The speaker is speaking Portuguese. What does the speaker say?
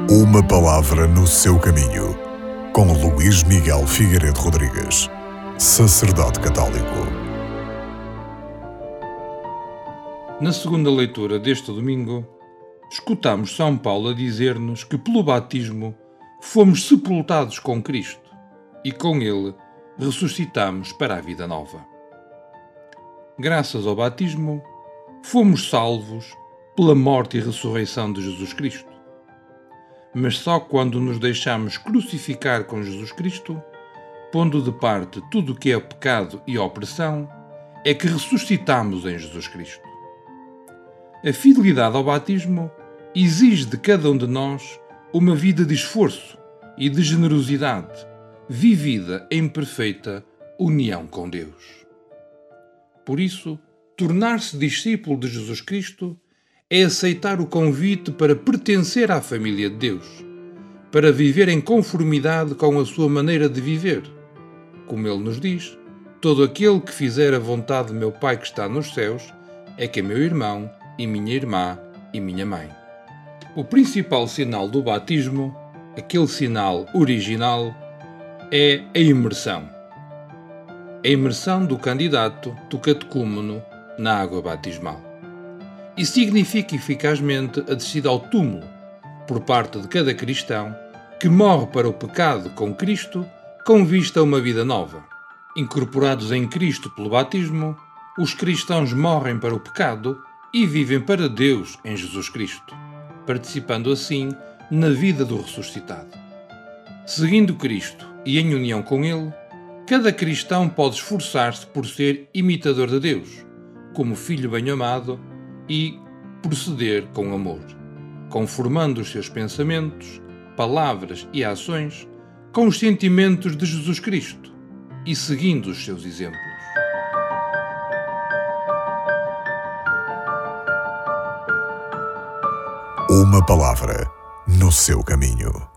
Uma palavra no seu caminho, com Luís Miguel Figueiredo Rodrigues, sacerdote católico. Na segunda leitura deste domingo, escutamos São Paulo a dizer-nos que pelo batismo fomos sepultados com Cristo e com Ele ressuscitamos para a vida nova. Graças ao batismo, fomos salvos pela morte e ressurreição de Jesus Cristo. Mas só quando nos deixamos crucificar com Jesus Cristo, pondo de parte tudo o que é pecado e opressão, é que ressuscitamos em Jesus Cristo. A fidelidade ao batismo exige de cada um de nós uma vida de esforço e de generosidade, vivida em perfeita união com Deus. Por isso, tornar-se discípulo de Jesus Cristo é aceitar o convite para pertencer à família de Deus, para viver em conformidade com a sua maneira de viver. Como ele nos diz, todo aquele que fizer a vontade de meu Pai que está nos céus é que é meu irmão e minha irmã e minha mãe. O principal sinal do batismo, aquele sinal original, é a imersão. A imersão do candidato, do catecúmeno, na água batismal. E significa eficazmente a descida ao túmulo, por parte de cada cristão, que morre para o pecado com Cristo, com vista a uma vida nova. Incorporados em Cristo pelo batismo, os cristãos morrem para o pecado e vivem para Deus em Jesus Cristo, participando assim na vida do ressuscitado. Seguindo Cristo e em união com Ele, cada cristão pode esforçar-se por ser imitador de Deus, como filho bem-amado, e proceder com amor, conformando os seus pensamentos, palavras e ações com os sentimentos de Jesus Cristo e seguindo os seus exemplos. Uma palavra no seu caminho.